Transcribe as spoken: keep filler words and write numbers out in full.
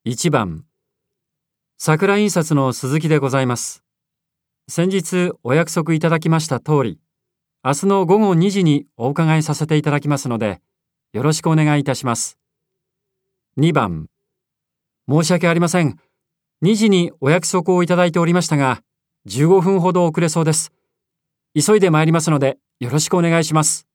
いちばん桜印刷の鈴木でございます。先日お約束いただきました通り、明日のごごにじにお伺いさせていただきますので、よろしくお願いいたします。にばん申し訳ありません。にじにお約束をいただいておりましたが、じゅうごふんほど遅れそうです。急いで参りますので、よろしくお願いします。